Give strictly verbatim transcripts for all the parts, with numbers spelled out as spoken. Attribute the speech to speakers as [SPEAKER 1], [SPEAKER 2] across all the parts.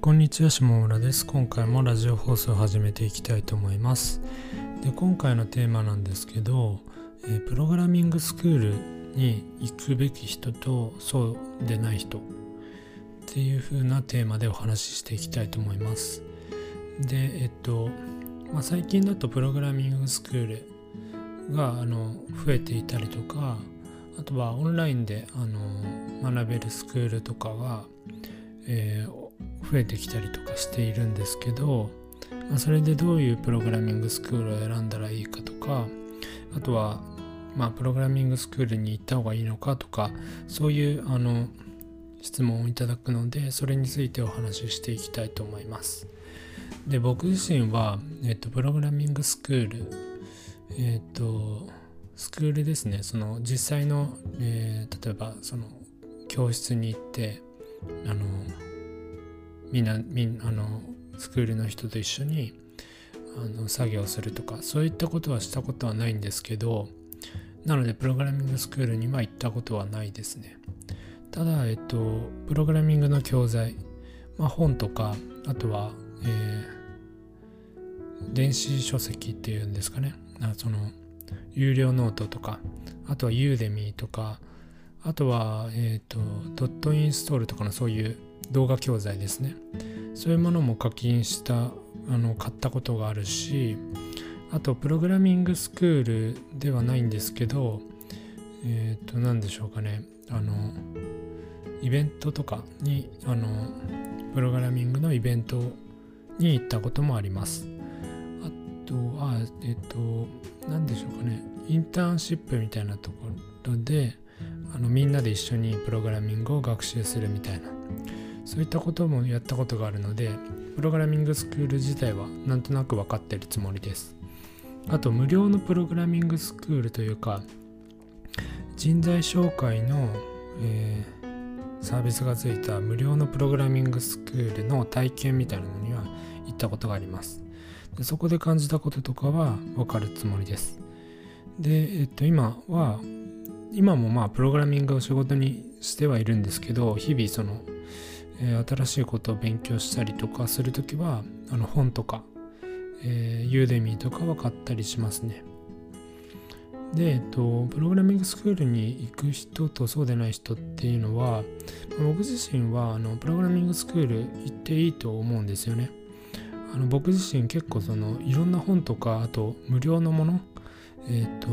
[SPEAKER 1] こんにちは、下村です。今回もラジオ放送を始めていきたいと思います。で、今回のテーマなんですけど、えー、プログラミングスクールに行くべき人とそうでない人っていう風なテーマでお話ししていきたいと思います。で、えっと、まあ、最近だとプログラミングスクールがあの増えていたりとか、あとはオンラインであの学べるスクールとかは、えー増えてきたりとかしているんですけど、まあ、それでどういうプログラミングスクールを選んだらいいかとか、あとは、まあ、プログラミングスクールに行った方がいいのかとか、そういうあの質問をいただくので、それについてお話ししていきたいと思います。で、僕自身は、えっと、プログラミングスクール、えっと、スクールですね、その実際の、えー、例えばその教室に行って、あのみんな、みんなあのスクールの人と一緒にあの作業するとか、そういったことはしたことはないんですけど、なのでプログラミングスクールには行ったことはないですね。ただ、えっと、プログラミングの教材、まあ、本とか、あとは、えー、電子書籍っていうんですかね、その有料ノートとか、あとはユーデミーとか、あとは、えっと、ドットインストールとかのそういう動画教材ですね。そういうものも課金したあの買ったことがあるし、あとプログラミングスクールではないんですけど、えっと何でしょうかね、あのイベントとかにあのプログラミングのイベントに行ったこともあります。あとはえっと何でしょうかね、インターンシップみたいなところであのみんなで一緒にプログラミングを学習するみたいな、そういったこともやったことがあるので、プログラミングスクール自体はなんとなく分かっているつもりです。あと無料のプログラミングスクールというか、人材紹介の、えー、サービスがついた無料のプログラミングスクールの体験みたいなのには行ったことがあります。で、そこで感じたこととかは分かるつもりです。で、えっと今は今もまあプログラミングを仕事にしてはいるんですけど、日々その新しいことを勉強したりとかするときはあの本とか、えー、ユーデミーとかは買ったりしますね。で、えっと、プログラミングスクールに行く人とそうでない人っていうのは、僕自身はあのプログラミングスクール行っていいと思うんですよね。あの僕自身結構そのいろんな本とか、あと無料のもの、えっと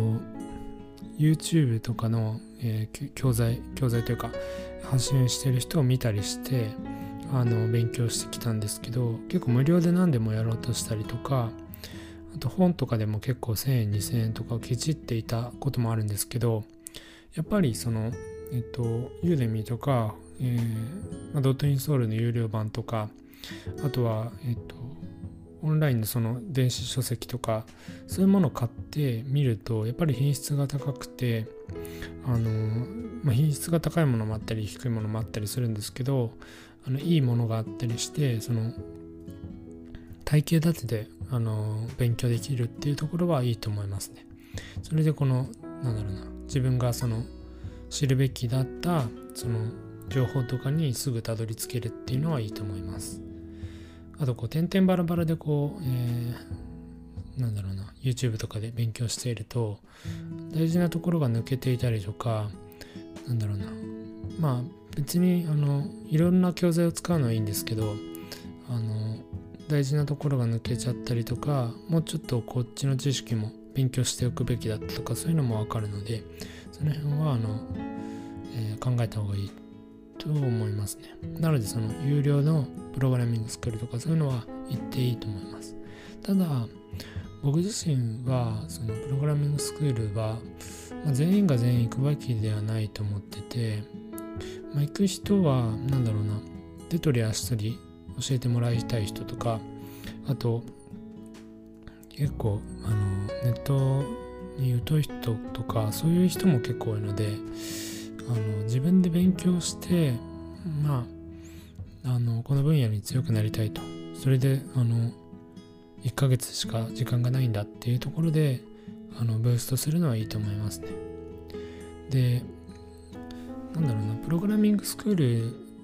[SPEAKER 1] YouTube とかの、えー、教材教材というか発信してる人を見たりしてあの勉強してきたんですけど、結構無料で何でもやろうとしたりとか、あと本とかでも結構せんえんにせんえんとかをケチっていたこともあるんですけど、やっぱりそのえっとユーデミーとか、えーまあ、ドットインストールの有料版とか、あとはえっとオンラインのその電子書籍とか、そういうものを買ってみるとやっぱり品質が高くて、あの、まあ、品質が高いものもあったり低いものもあったりするんですけど、あのいいものがあったりして、その体系立ててあの勉強できるっていうところはいいと思いますね。それでこのなんだろうな、自分がその知るべきだったその情報とかにすぐたどり着けるっていうのはいいと思います。あとこう点々バラバラでこう、えー、なんだろうな YouTube とかで勉強していると大事なところが抜けていたりとか、なんだろうな、まあ別にあのいろんな教材を使うのはいいんですけど、あの大事なところが抜けちゃったりとか、もうちょっとこっちの知識も勉強しておくべきだったとか、そういうのも分かるので、その辺はあの、えー、考えた方がいいと思いますね。なのでその有料のプログラミングスクールとかそういうのは行っていいと思います。ただ僕自身はそのプログラミングスクールは、まあ、全員が全員行くべきではないと思ってて、まあ、行く人はなんだろうな、手取り足取り教えてもらいたい人とか、あと結構あのネットに疎い人とかそういう人も結構多いので、あの自分で勉強してまああのこの分野に強くなりたいと、それであのいっかげつしか時間がないんだっていうところであのブーストするのはいいと思いますね。で、なんだろうな、プログラミングスクール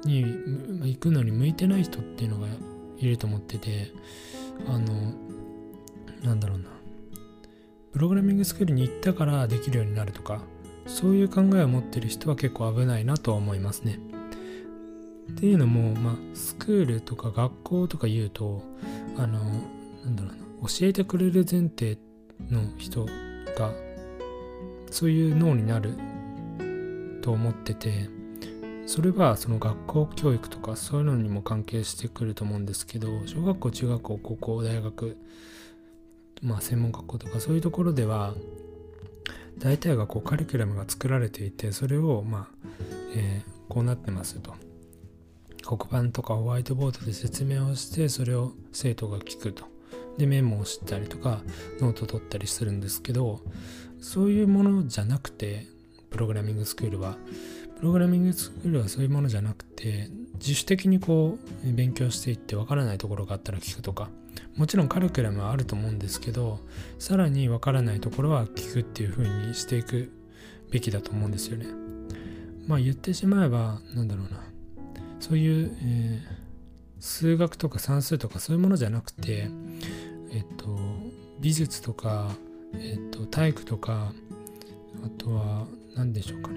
[SPEAKER 1] に行くのに向いてない人っていうのがいると思ってて、あのなんだろうなプログラミングスクールに行ったからできるようになるとか、そういう考えを持ってる人は結構危ないなとは思いますね。っていうのも、まあ、スクールとか学校とか言うと、あのなんだろうな教えてくれる前提の人がそういう脳になると思ってて、それはその学校教育とかそういうのにも関係してくると思うんですけど、小学校、中学校、高校、大学、まあ専門学校とかそういうところでは大体がこうカリキュラムが作られていて、それをまあ、えー、こうなってますと黒板とかホワイトボードで説明をして、それを生徒が聞くと、でメモをしたりとかノート取ったりするんですけど、そういうものじゃなくてプログラミングスクールはプログラミングスクールはそういうものじゃなくて、自主的にこう勉強していって分からないところがあったら聞くとか、もちろんカリキュラムはあると思うんですけど、さらに分からないところは聞くっていう風にしていくべきだと思うんですよね。まあ言ってしまえばなんだろうなそういう、えー、数学とか算数とかそういうものじゃなくて、えっと美術とか、えっと体育とか、あとは何でしょうかね、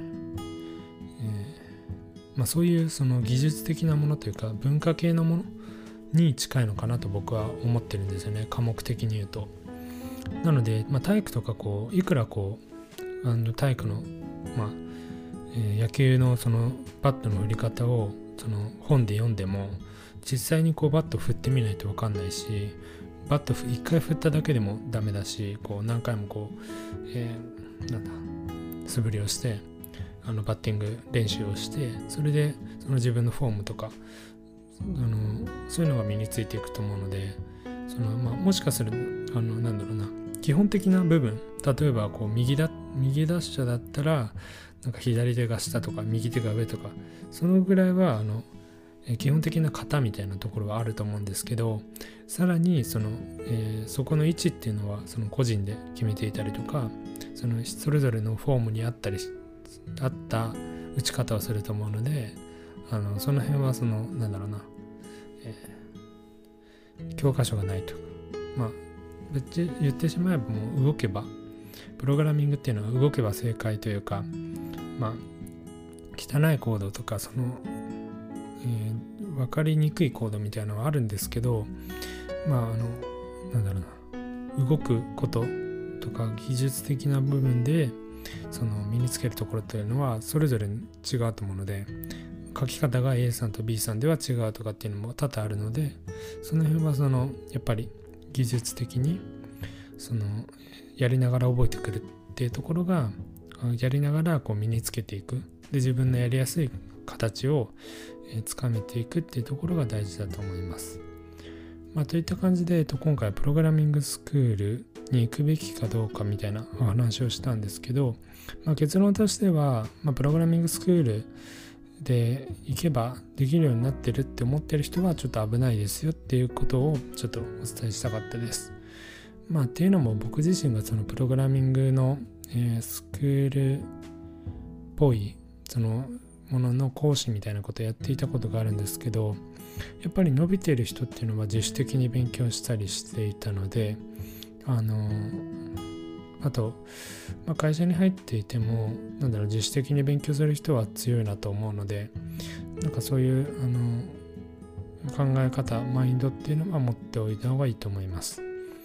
[SPEAKER 1] えー、まあそういうその技術的なものというか文化系のものに近いのかなと僕は思ってるんですよね、科目的に言うと。なので、まあ、体育とかこういくらこうあの体育の、まあえー、野球のそのバットの振り方をその本で読んでも、実際にこうバット振ってみないと分かんないし、バット一回振っただけでもダメだし、こう何回もこう、えー、なんだ素振りをしてあのバッティング練習をして、それでその自分のフォームとかあのそういうのが身についていくと思うので、その、まあ、もしかするあのなんだろうな基本的な部分、例えばこう右だ右ダッシュだったらなんか左手が下とか右手が上とか、そのぐらいはあの基本的な型みたいなところはあると思うんですけど、さらにその、えー、そこの位置っていうのはその個人で決めていたりとか、そのそれぞれのフォームにあったりあった打ち方をすると思うので、あのその辺はそのなんだろうな、えー、教科書がないとか、まあ別に言ってしまえばもう動けば、プログラミングっていうのは動けば正解というか、まあ汚いコードとかその、えー、分かりにくいコードみたいなのはあるんですけど、まああのなんだろうな動くこととか技術的な部分でその身につけるところというのはそれぞれ違うと思うので、書き方が A さんと B さんでは違うとかっていうのも多々あるので、その辺はそのやっぱり技術的にそのやりながら覚えてくるっていうところが、やりながらこう身につけていく、で自分のやりやすい形をつかめていくっていうところが大事だと思います。まあ、といった感じで、えっと、今回プログラミングスクールに行くべきかどうかみたいなお話をしたんですけど、まあ、結論としては、まあ、プログラミングスクールで行けばできるようになってるって思ってる人はちょっと危ないですよっていうことをちょっとお伝えしたかったです。まあっていうのも僕自身がそのプログラミングの、えー、スクールっぽいそのものの講師みたいなことをやっていたことがあるんですけど、やっぱり伸びている人っていうのは自主的に勉強したりしていたので、あのあと、まあ、会社に入っていてもなんだろう自主的に勉強する人は強いなと思うので、なんかそういうあの考え方マインドっていうのは持っておいた方がいいと思います。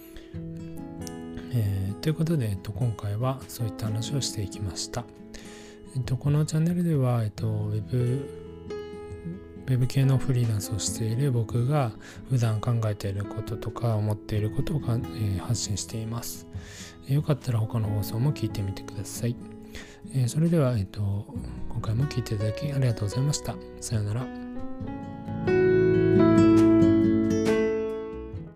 [SPEAKER 1] えー、ということで、えっと、今回はそういった話をしていきました。えっと、このチャンネルでは、えっと、ウェブウェブ系のフリーランスをしている僕が普段考えていることとか思っていることをか、えー、発信しています。えー、よかったら他の放送も聞いてみてください。えー、それでは、えーと、今回も聞いていただきありがとうございました。さようなら。